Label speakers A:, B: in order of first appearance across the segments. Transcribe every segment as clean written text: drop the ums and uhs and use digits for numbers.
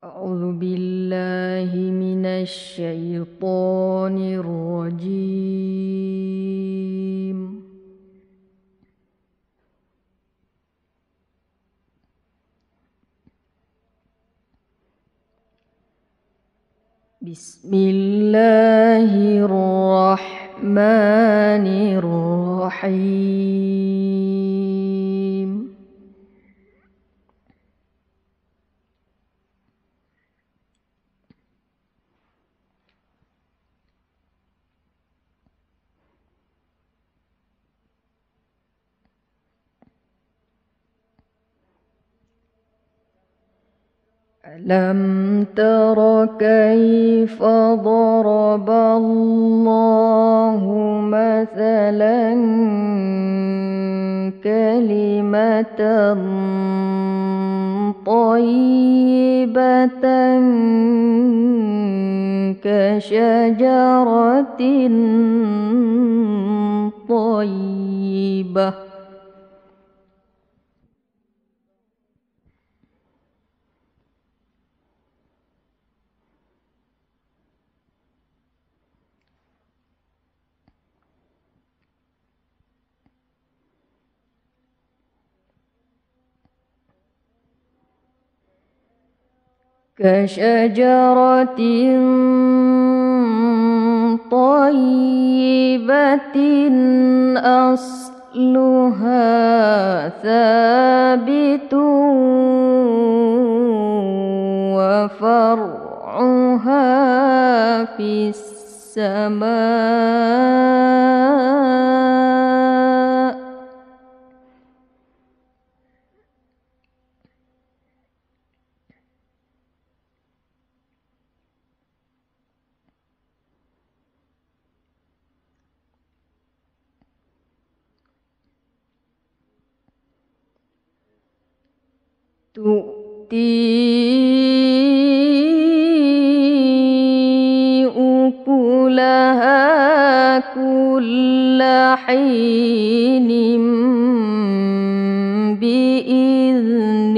A: أعوذ بالله من الشيطان الرجيم. بسم الله الرحمن الرحيم. ألم تر كيف ضرب الله مثلا كلمة طيبة كشجرة طيبة كشجرة طيبة أصلها ثابت وفرعها في السماء. تؤتي أكلها كل حين بإذن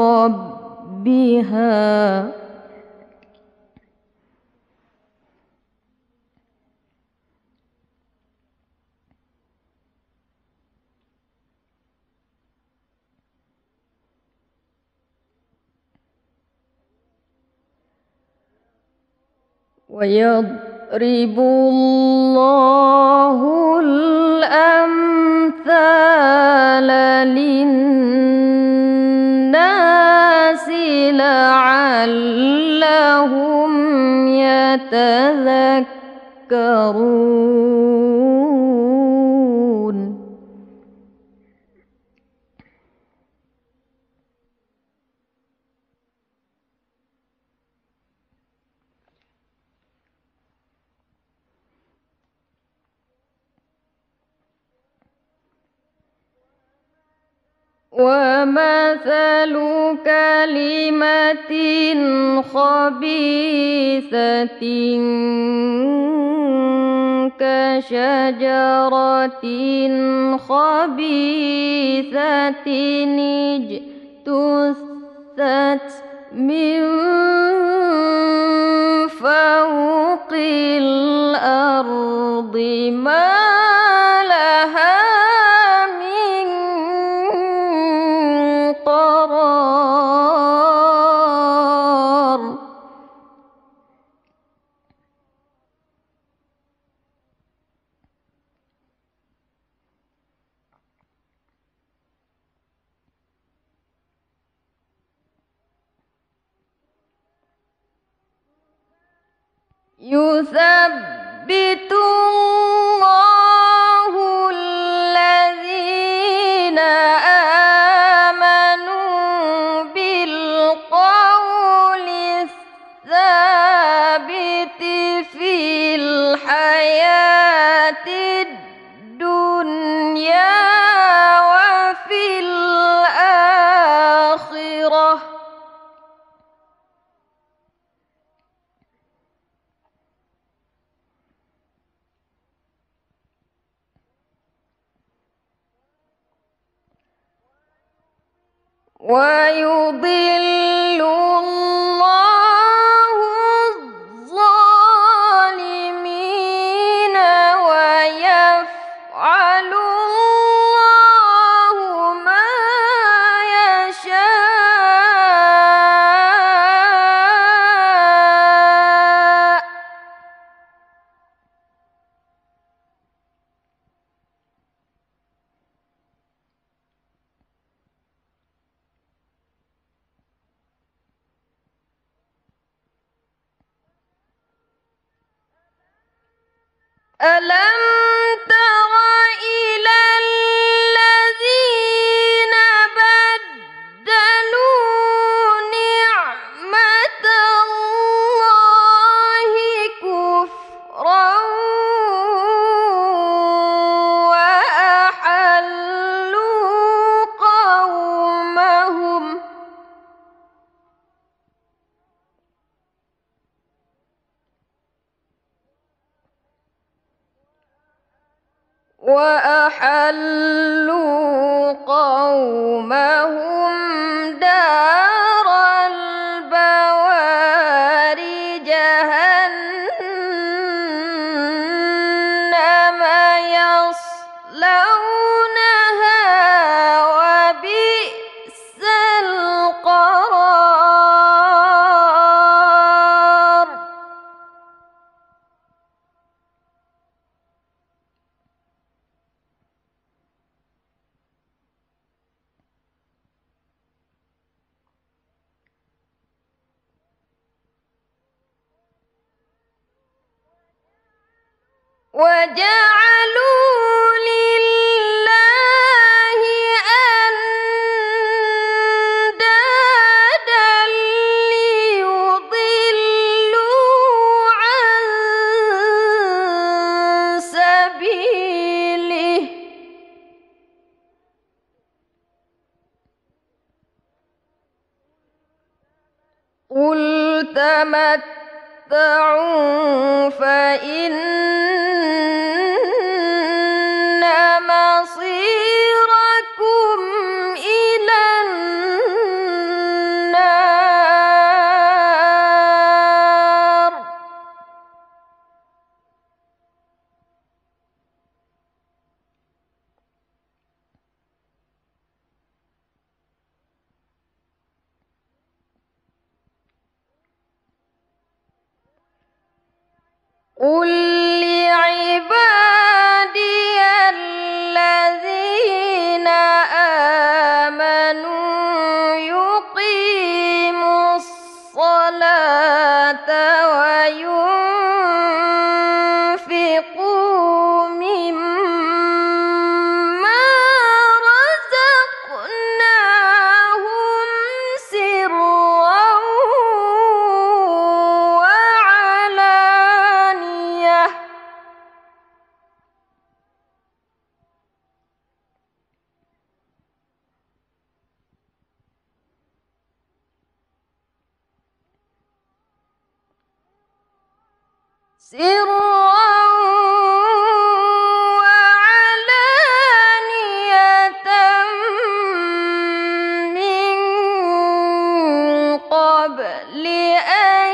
A: ربها ويضرب الله الأمثال للناس لعلهم يتذكرون. ومثل كلمة خبيثة كشجرة خبيثة اجتثت من فوق الأرض ما لها من قرار. يثبت الله الذين آمنوا بالقول الثابت في الحياة الدنيا وفي الآخرة. ويضل الله ألم تر إلى الذين بدلوا نعمة الله كفرا وأحلوا قومهم دار البوار جهنم يصلونها وبئس القرار وجعلوا لله أندادا ليضلوا عن سبيله قل تمتعوا فإن مصيركم إلى النار قل لعبادي الذين آمنوا يقيموا الصلاة وينفقوا مما رزقناهم سرا وعلانية من قبل أن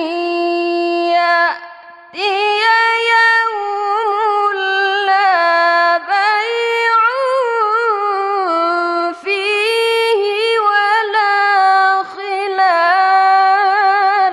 A: يأتي يوم لا بيع فيه ولا خلال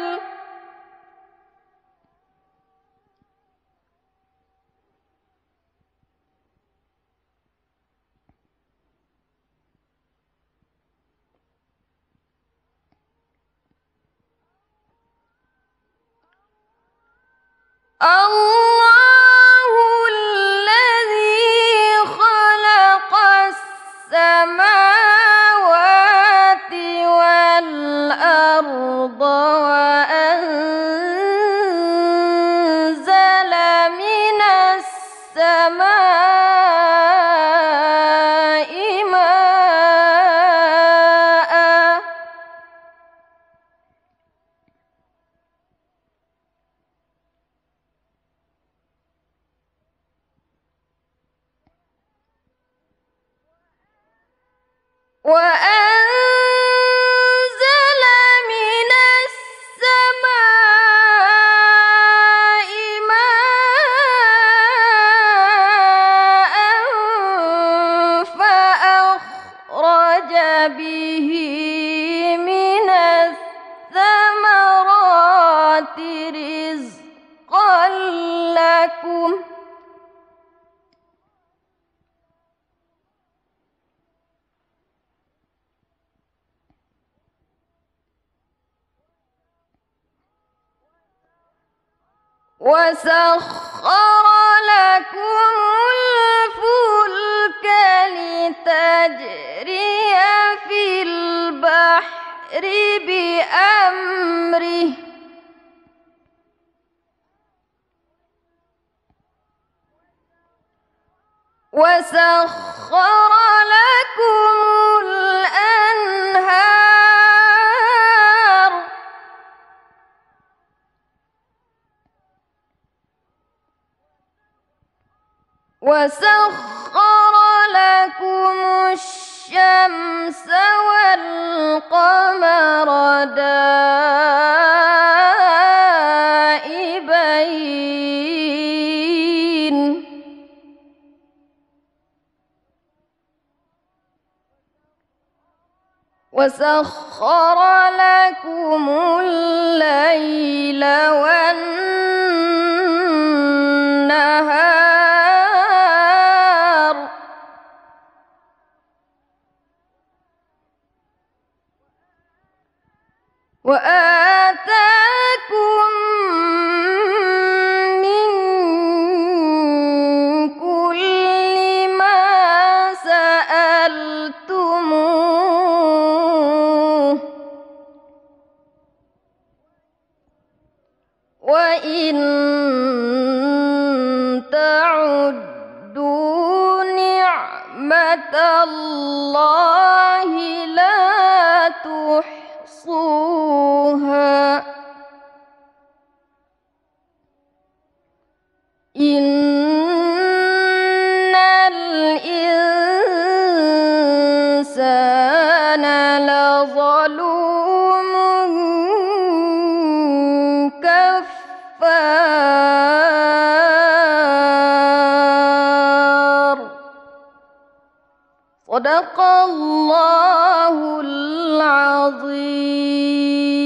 A: الله الذي خلق السماوات والأرض وأنزل من السماء ماء وأنزل من السماء ماء فأخرج به من الثمرات رزقا لكم وسخر لكم الفلك لتجري في البحر بأمره وسخر لكم الأنهار وسخر لكم الشمس والقمر دائبين وسخر لكم الليل والنهار وآتاكم من كل ما سألتموه وإن تعدوا نعمة الله لا تحصوها إن الإنسان لظلوم كفار صدق الله العظيم.